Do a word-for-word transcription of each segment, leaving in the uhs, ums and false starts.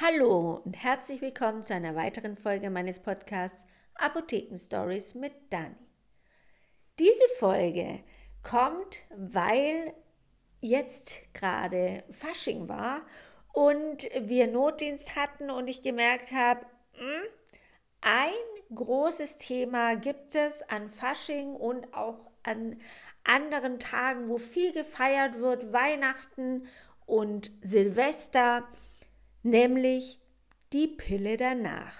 Hallo und herzlich willkommen zu einer weiteren Folge meines Podcasts Apotheken Stories mit Dani. Diese Folge kommt, weil jetzt gerade Fasching war und wir Notdienst hatten und ich gemerkt habe, ein großes Thema gibt es an Fasching und auch an anderen Tagen, wo viel gefeiert wird, Weihnachten und Silvester, nämlich die Pille danach.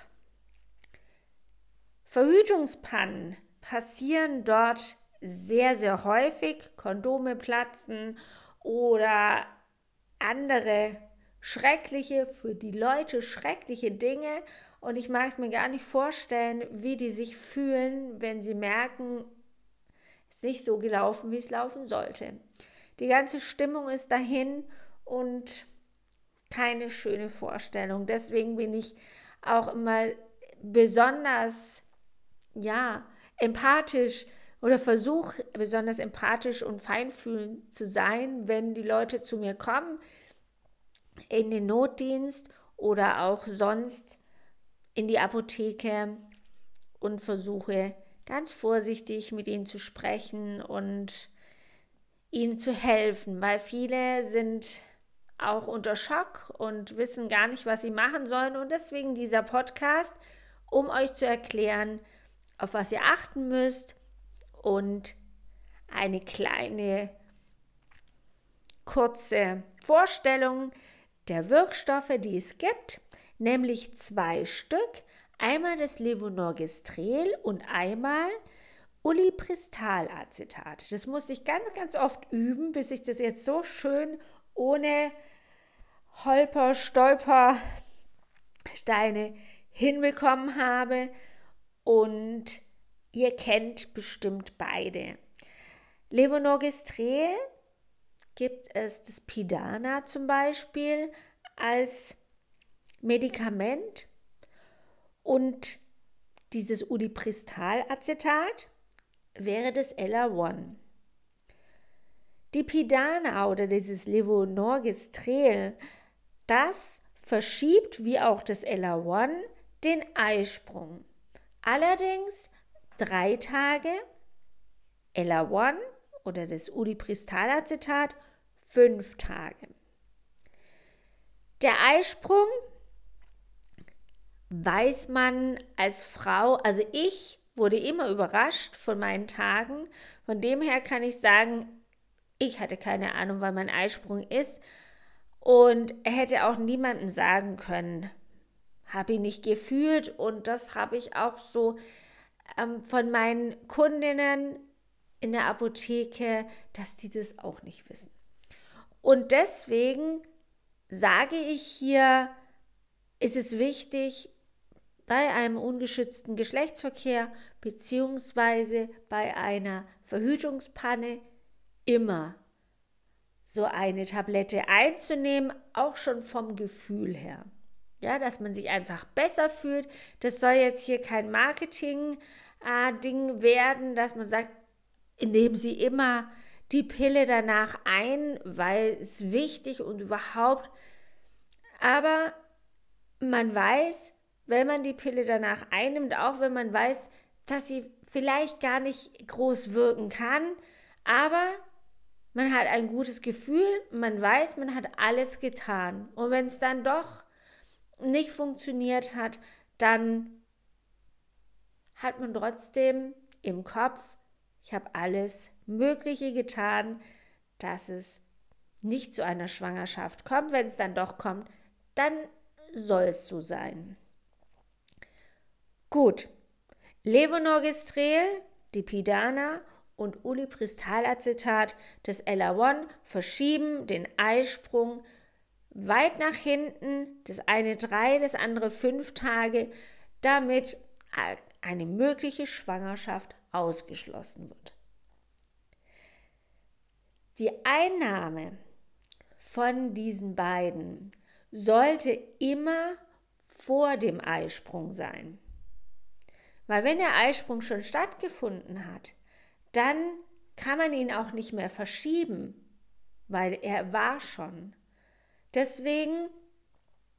Verhütungspannen passieren dort sehr, sehr häufig. Kondome platzen oder andere schreckliche, für die Leute schreckliche Dinge. Und ich mag es mir gar nicht vorstellen, wie die sich fühlen, wenn sie merken, es ist nicht so gelaufen, wie es laufen sollte. Die ganze Stimmung ist dahin und keine schöne Vorstellung. Deswegen bin ich auch immer besonders, ja, empathisch oder versuche besonders empathisch und feinfühlend zu sein, wenn die Leute zu mir kommen in den Notdienst oder auch sonst in die Apotheke und versuche ganz vorsichtig mit ihnen zu sprechen und ihnen zu helfen, weil viele sind auch unter Schock und wissen gar nicht, was sie machen sollen. Und deswegen dieser Podcast, um euch zu erklären, auf was ihr achten müsst und eine kleine, kurze Vorstellung der Wirkstoffe, die es gibt, nämlich zwei Stück. Einmal das Levonorgestrel und einmal Ulipristal-Acetat. Das musste ich ganz, ganz oft üben, bis ich das jetzt so schön ohne Holper, Stolper, Steine hinbekommen habe. Und ihr kennt bestimmt beide. Levonorgestrel gibt es das Pidana zum Beispiel als Medikament und dieses Ulipristal-Acetat wäre das L R eins. Die Pidana oder dieses Levonorgestrel, das verschiebt wie auch das L R eins den Eisprung. Allerdings drei Tage L R eins oder das Ulipristal-Acetat fünf Tage. Der Eisprung weiß man als Frau, also ich wurde immer überrascht von meinen Tagen. Von dem her kann ich sagen, ich hatte keine Ahnung, wann mein Eisprung ist und hätte auch niemandem sagen können. Habe ich nicht gefühlt und das habe ich auch so ähm, von meinen Kundinnen in der Apotheke, dass die das auch nicht wissen. Und deswegen sage ich hier, ist es wichtig, bei einem ungeschützten Geschlechtsverkehr bzw. bei einer Verhütungspanne immer so eine Tablette einzunehmen, auch schon vom Gefühl her. Ja, dass man sich einfach besser fühlt. Das soll jetzt hier kein Marketing-Ding äh, werden, dass man sagt, nehmen Sie immer die Pille danach ein, weil es wichtig und überhaupt. Aber man weiß, wenn man die Pille danach einnimmt, auch wenn man weiß, dass sie vielleicht gar nicht groß wirken kann, aber man hat ein gutes Gefühl, man weiß, man hat alles getan. Und wenn es dann doch nicht funktioniert hat, dann hat man trotzdem im Kopf, ich habe alles Mögliche getan, dass es nicht zu einer Schwangerschaft kommt. Wenn es dann doch kommt, dann soll es so sein. Gut, Levonorgestrel, die Pidana und Ulipristal-Acetat, das L R eins, verschieben den Eisprung weit nach hinten, das eine drei, das andere fünf Tage, damit eine mögliche Schwangerschaft ausgeschlossen wird. Die Einnahme von diesen beiden sollte immer vor dem Eisprung sein. Weil wenn der Eisprung schon stattgefunden hat, dann kann man ihn auch nicht mehr verschieben, weil er war schon. Deswegen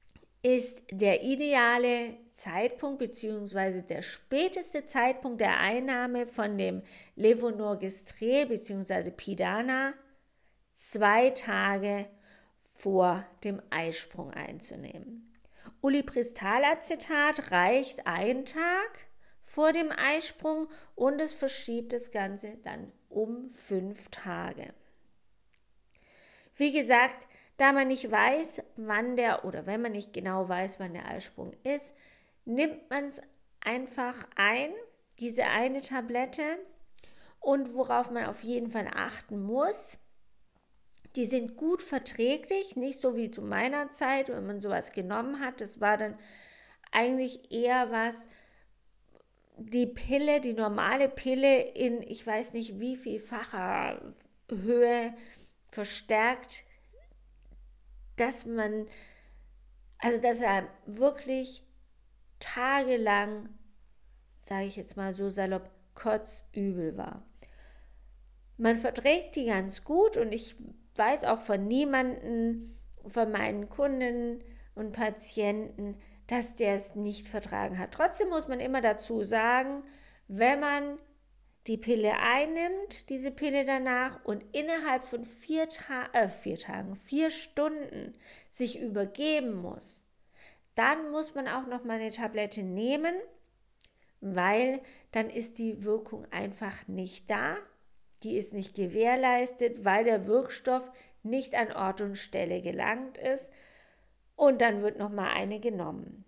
ist der ideale Zeitpunkt bzw. der späteste Zeitpunkt der Einnahme von dem Levonorgestrel bzw. Pidana zwei Tage vor dem Eisprung einzunehmen. Ulipristalacetat reicht einen Tag vor dem Eisprung und es verschiebt das Ganze dann um fünf Tage. Wie gesagt, da man nicht weiß, wann der, oder wenn man nicht genau weiß, wann der Eisprung ist, nimmt man es einfach ein, diese eine Tablette. Und worauf man auf jeden Fall achten muss, die sind gut verträglich, nicht so wie zu meiner Zeit, wenn man sowas genommen hat. Das war dann eigentlich eher was, die Pille, die normale Pille in, ich weiß nicht wie vielfacher Höhe verstärkt, dass man, also dass er wirklich tagelang, sage ich jetzt mal so salopp, kotzübel war. Man verträgt die ganz gut und ich weiß auch von niemandem, von meinen Kunden und Patienten, dass der es nicht vertragen hat. Trotzdem muss man immer dazu sagen, wenn man die Pille einnimmt, diese Pille danach und innerhalb von vier, Ta- äh, vier Tagen, vier Stunden sich übergeben muss, dann muss man auch noch mal eine Tablette nehmen, weil dann ist die Wirkung einfach nicht da. Die ist nicht gewährleistet, weil der Wirkstoff nicht an Ort und Stelle gelangt ist und dann wird noch mal eine genommen.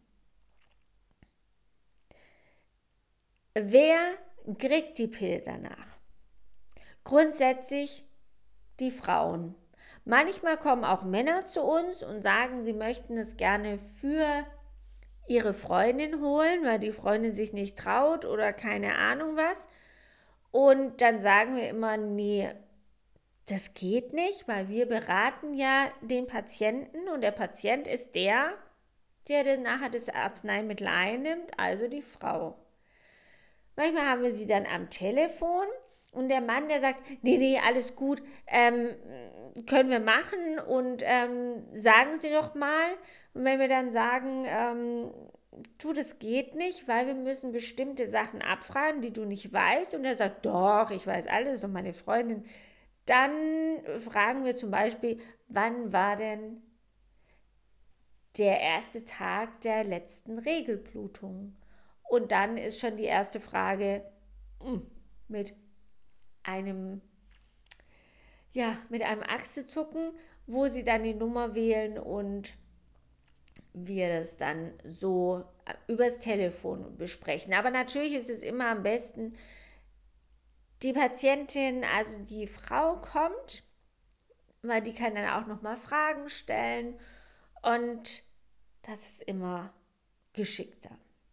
Wer kriegt die Pille danach? Grundsätzlich die Frauen. Manchmal kommen auch Männer zu uns und sagen, sie möchten es gerne für ihre Freundin holen, weil die Freundin sich nicht traut oder keine Ahnung was. Und dann sagen wir immer, nee, das geht nicht, weil wir beraten ja den Patienten und der Patient ist der, der dann nachher das Arzneimittel einnimmt, also die Frau. Manchmal haben wir sie dann am Telefon und der Mann, der sagt, nee, nee, alles gut, ähm, können wir machen und ähm, sagen Sie doch mal. Und wenn wir dann sagen, ähm, du, das geht nicht, weil wir müssen bestimmte Sachen abfragen, die du nicht weißt. Und er sagt, doch, ich weiß alles und meine Freundin. Dann fragen wir zum Beispiel, wann war denn der erste Tag der letzten Regelblutung? Und dann ist schon die erste Frage mit einem, ja, mit einem Achselzucken, wo sie dann die Nummer wählen und wir das dann so übers Telefon besprechen. Aber natürlich ist es immer am besten, die Patientin, also die Frau kommt, weil die kann dann auch nochmal Fragen stellen und das ist immer geschickter.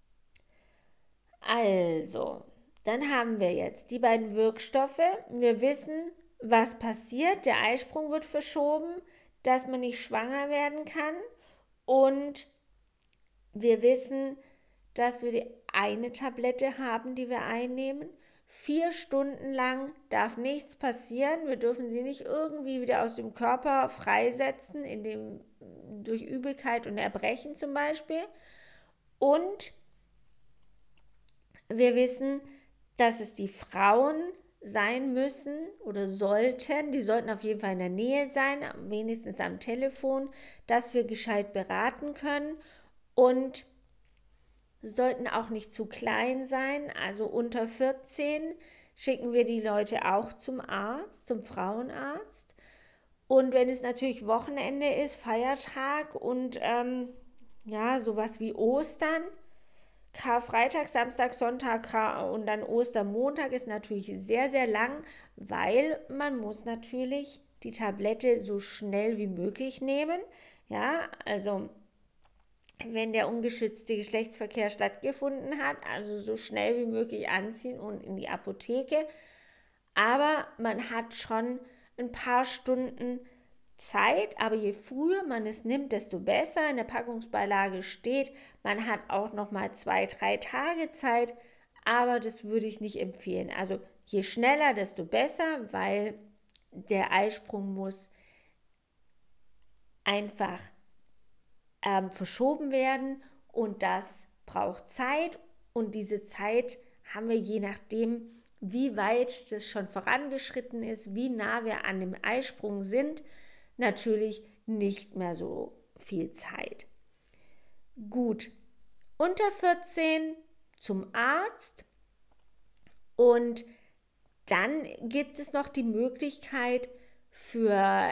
Also, dann haben wir jetzt die beiden Wirkstoffe. Wir wissen, was passiert. Der Eisprung wird verschoben, dass man nicht schwanger werden kann. Und wir wissen, dass wir die eine Tablette haben, die wir einnehmen. Vier Stunden lang darf nichts passieren. Wir dürfen sie nicht irgendwie wieder aus dem Körper freisetzen, in dem, durch Übelkeit und Erbrechen zum Beispiel. Und wir wissen, dass es die Frauen sein müssen oder sollten, die sollten auf jeden Fall in der Nähe sein, wenigstens am Telefon, dass wir gescheit beraten können und sollten auch nicht zu klein sein, also unter vierzehn schicken wir die Leute auch zum Arzt, zum Frauenarzt. Und wenn es natürlich Wochenende ist, Feiertag und ähm, ja, sowas wie Ostern, Karfreitag, Samstag, Sonntag und dann Ostermontag ist natürlich sehr, sehr lang, weil man muss natürlich die Tablette so schnell wie möglich nehmen. Ja, also wenn der ungeschützte Geschlechtsverkehr stattgefunden hat, also so schnell wie möglich anziehen und in die Apotheke. Aber man hat schon ein paar Stunden Zeit, aber je früher man es nimmt, desto besser. In der Packungsbeilage steht, man hat auch noch mal zwei, drei Tage Zeit, aber das würde ich nicht empfehlen. Also je schneller, desto besser, weil der Eisprung muss einfach ähm, verschoben werden und das braucht Zeit und diese Zeit haben wir je nachdem, wie weit das schon vorangeschritten ist, wie nah wir an dem Eisprung sind, natürlich nicht mehr so viel Zeit. Gut, unter vierzehn zum Arzt und dann gibt es noch die Möglichkeit für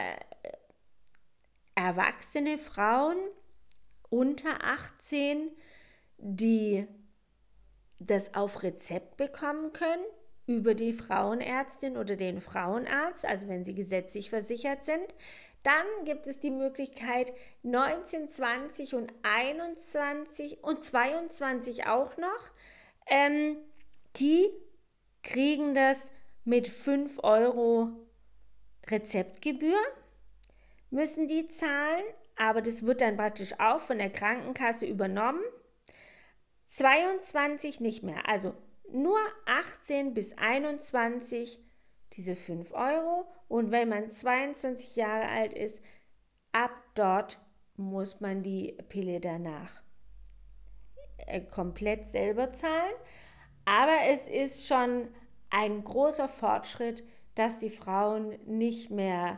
erwachsene Frauen unter achtzehn, die das auf Rezept bekommen können über die Frauenärztin oder den Frauenarzt, also wenn sie gesetzlich versichert sind. Dann gibt es die Möglichkeit neunzehn, zwanzig und einundzwanzig und zweiundzwanzig auch noch. Ähm, die kriegen das mit fünf Euro Rezeptgebühr, müssen die zahlen, aber das wird dann praktisch auch von der Krankenkasse übernommen. zweiundzwanzig nicht mehr, also nur achtzehn bis einundzwanzig diese fünf Euro und wenn man zweiundzwanzig Jahre alt ist, ab dort muss man die Pille danach äh, komplett selber zahlen. Aber es ist schon ein großer Fortschritt, dass die Frauen nicht mehr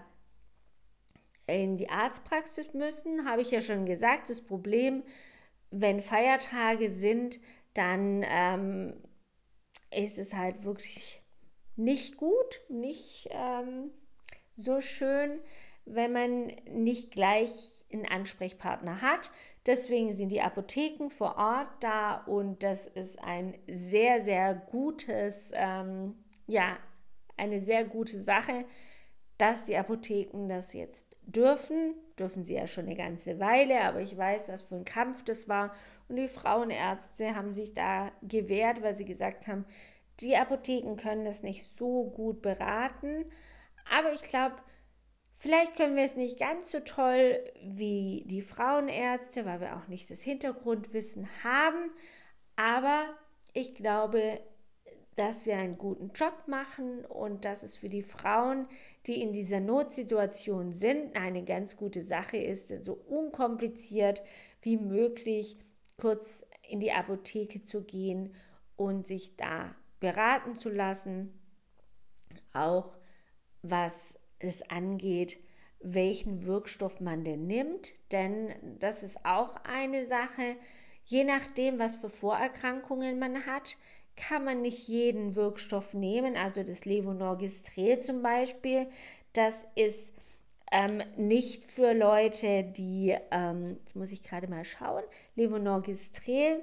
in die Arztpraxis müssen, habe ich ja schon gesagt. Das Problem, wenn Feiertage sind, dann ähm, ist es halt wirklich nicht gut, nicht ähm, so schön, wenn man nicht gleich einen Ansprechpartner hat. Deswegen sind die Apotheken vor Ort da und das ist ein sehr, sehr gutes, ähm, ja, eine sehr gute Sache, dass die Apotheken das jetzt dürfen. Dürfen sie ja schon eine ganze Weile, aber ich weiß, was für ein Kampf das war. Und die Frauenärzte haben sich da gewehrt, weil sie gesagt haben, die Apotheken können das nicht so gut beraten. Aber ich glaube, vielleicht können wir es nicht ganz so toll wie die Frauenärzte, weil wir auch nicht das Hintergrundwissen haben. Aber ich glaube, dass wir einen guten Job machen und dass es für die Frauen, die in dieser Notsituation sind, eine ganz gute Sache ist, so unkompliziert wie möglich kurz in die Apotheke zu gehen und sich da beraten zu lassen, auch was es angeht, welchen Wirkstoff man denn nimmt, denn das ist auch eine Sache, je nachdem, was für Vorerkrankungen man hat, kann man nicht jeden Wirkstoff nehmen, also das Levonorgestrel zum Beispiel, das ist ähm, nicht für Leute, die, ähm, jetzt muss ich gerade mal schauen, Levonorgestrel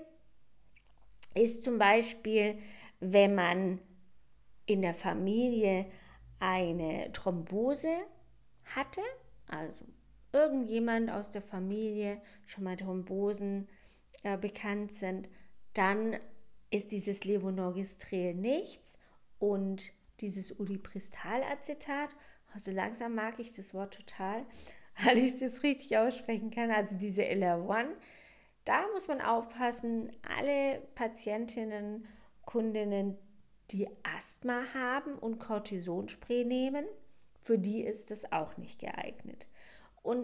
ist zum Beispiel, wenn man in der Familie eine Thrombose hatte, also irgendjemand aus der Familie schon mal Thrombosen äh, bekannt sind, dann ist dieses Levonorgestrel nichts und dieses Ulipristalacetat, also langsam mag ich das Wort total, weil ich es jetzt richtig aussprechen kann, also diese L R eins, da muss man aufpassen, alle Patientinnen, Kundinnen, die Asthma haben und Cortisonspray nehmen, für die ist das auch nicht geeignet. Und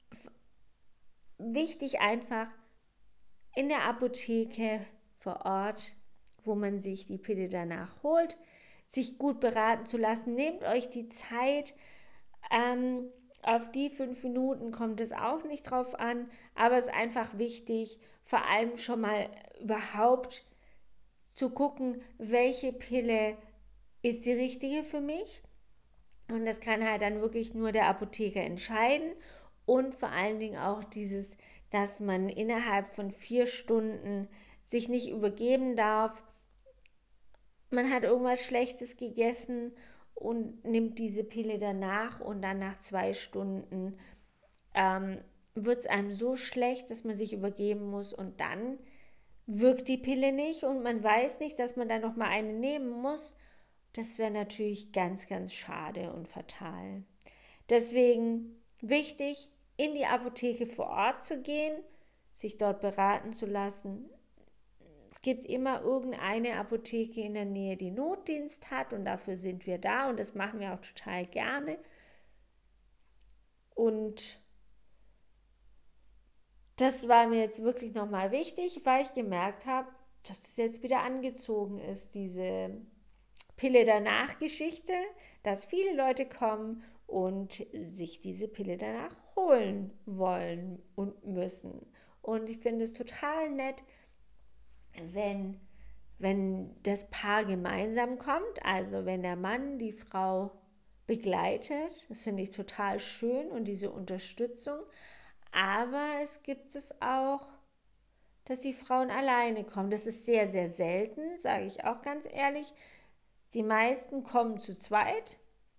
wichtig einfach in der Apotheke vor Ort, wo man sich die Pille danach holt, sich gut beraten zu lassen. Nehmt euch die Zeit. Ähm, auf die fünf Minuten kommt es auch nicht drauf an, aber es ist einfach wichtig, vor allem schon mal überhaupt zu gucken, welche Pille ist die richtige für mich. Und das kann halt dann wirklich nur der Apotheker entscheiden. Und vor allen Dingen auch dieses, dass man innerhalb von vier Stunden sich nicht übergeben darf. Man hat irgendwas Schlechtes gegessen und nimmt diese Pille danach und dann nach zwei Stunden ähm, wird es einem so schlecht, dass man sich übergeben muss und dann wirkt die Pille nicht und man weiß nicht, dass man dann noch mal eine nehmen muss. Das wäre natürlich ganz, ganz schade und fatal. Deswegen wichtig, in die Apotheke vor Ort zu gehen, sich dort beraten zu lassen. Es gibt immer irgendeine Apotheke in der Nähe, die Notdienst hat und dafür sind wir da und das machen wir auch total gerne. Und das war mir jetzt wirklich nochmal wichtig, weil ich gemerkt habe, dass das jetzt wieder angezogen ist, diese Pille danach Geschichte, dass viele Leute kommen und sich diese Pille danach holen wollen und müssen. Und ich finde es total nett, wenn, wenn das Paar gemeinsam kommt, also wenn der Mann die Frau begleitet. Das finde ich total schön und diese Unterstützung. Aber es gibt es auch, dass die Frauen alleine kommen. Das ist sehr, sehr selten, sage ich auch ganz ehrlich. Die meisten kommen zu zweit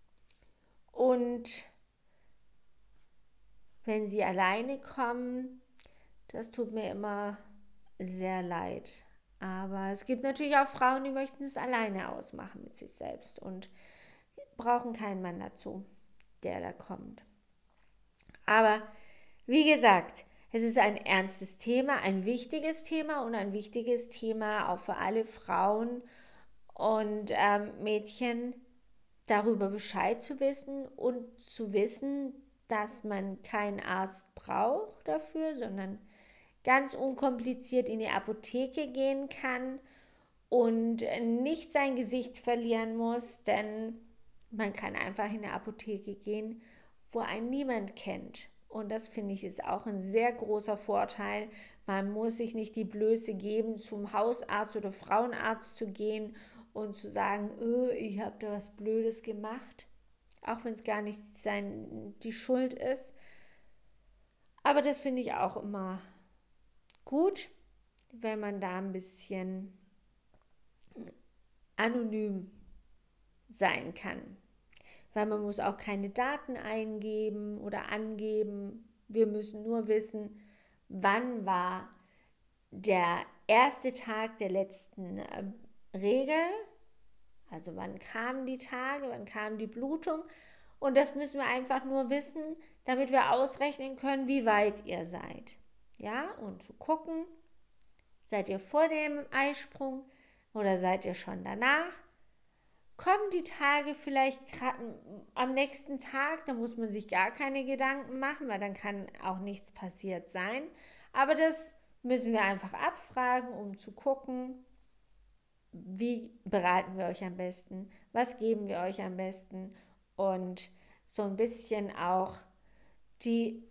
und wenn sie alleine kommen, das tut mir immer sehr leid. Aber es gibt natürlich auch Frauen, die möchten es alleine ausmachen mit sich selbst und brauchen keinen Mann dazu, der da kommt. Aber wie gesagt, es ist ein ernstes Thema, ein wichtiges Thema und ein wichtiges Thema auch für alle Frauen und ähm, Mädchen, darüber Bescheid zu wissen und zu wissen, dass man keinen Arzt braucht dafür, sondern ganz unkompliziert in die Apotheke gehen kann und nicht sein Gesicht verlieren muss, denn man kann einfach in die Apotheke gehen, wo einen niemand kennt. Und das finde ich ist auch ein sehr großer Vorteil. Man muss sich nicht die Blöße geben, zum Hausarzt oder Frauenarzt zu gehen und zu sagen, oh, ich habe da was Blödes gemacht, auch wenn es gar nicht sein, die Schuld ist. Aber das finde ich auch immer gut, wenn man da ein bisschen anonym sein kann. Weil man muss auch keine Daten eingeben oder angeben. Wir müssen nur wissen, wann war der erste Tag der letzten äh, Regel. Also wann kamen die Tage, wann kam die Blutung. Und das müssen wir einfach nur wissen, damit wir ausrechnen können, wie weit ihr seid. Ja, und zu gucken, seid ihr vor dem Eisprung oder seid ihr schon danach? Kommen die Tage vielleicht am nächsten Tag, da muss man sich gar keine Gedanken machen, weil dann kann auch nichts passiert sein. Aber das müssen wir einfach abfragen, um zu gucken, wie beraten wir euch am besten, was geben wir euch am besten und so ein bisschen auch die,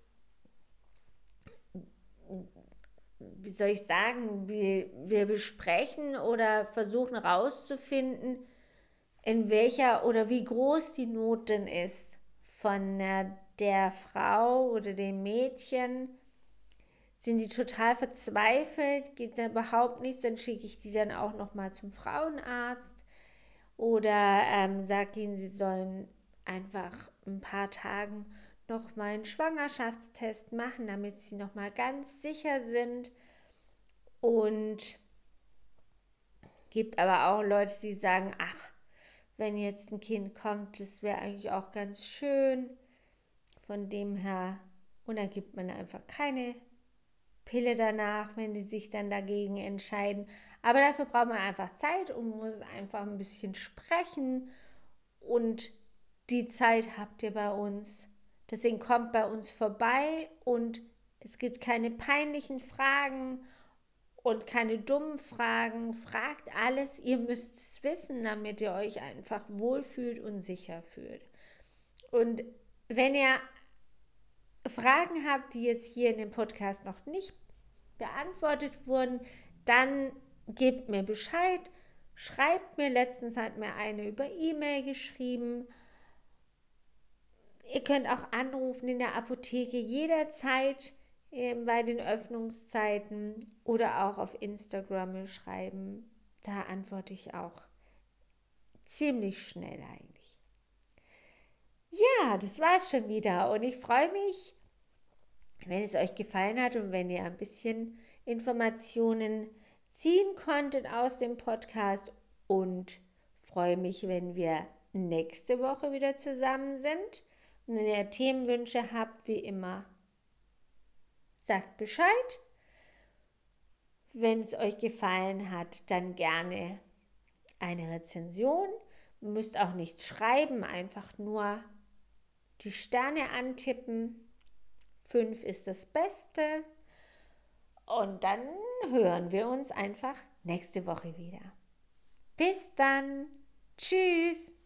wie soll ich sagen, wir, wir besprechen oder versuchen rauszufinden, in welcher oder wie groß die Not denn ist von der, der Frau oder dem Mädchen. Sind die total verzweifelt, geht da überhaupt nichts, dann schicke ich die dann auch nochmal zum Frauenarzt oder ähm, sage ihnen, sie sollen einfach ein paar Tagen nochmal einen Schwangerschaftstest machen, damit sie nochmal ganz sicher sind. Und gibt aber auch Leute, die sagen, ach, wenn jetzt ein Kind kommt, das wäre eigentlich auch ganz schön. Von dem her, und dann gibt man einfach keine Pille danach, wenn die sich dann dagegen entscheiden. Aber dafür braucht man einfach Zeit und muss einfach ein bisschen sprechen. Und die Zeit habt ihr bei uns. Deswegen kommt bei uns vorbei und es gibt keine peinlichen Fragen und keine dummen Fragen. Fragt alles, ihr müsst es wissen, damit ihr euch einfach wohlfühlt und sicher fühlt. Und wenn ihr Fragen habt, die jetzt hier in dem Podcast noch nicht beantwortet wurden, dann gebt mir Bescheid. Schreibt mir, letztens hat mir eine über E-Mail geschrieben. Ihr könnt auch anrufen in der Apotheke jederzeit bei den Öffnungszeiten oder auch auf Instagram schreiben. Da antworte ich auch ziemlich schnell eigentlich. Ja, das war's schon wieder und ich freue mich, wenn es euch gefallen hat und wenn ihr ein bisschen Informationen ziehen konntet aus dem Podcast und freue mich, wenn wir nächste Woche wieder zusammen sind. Und wenn ihr Themenwünsche habt, wie immer, sagt Bescheid. Wenn es euch gefallen hat, dann gerne eine Rezension. Ihr müsst auch nichts schreiben, einfach nur die Sterne antippen. Fünf ist das Beste. und dann hören wir uns einfach nächste Woche wieder. Bis dann. Tschüss.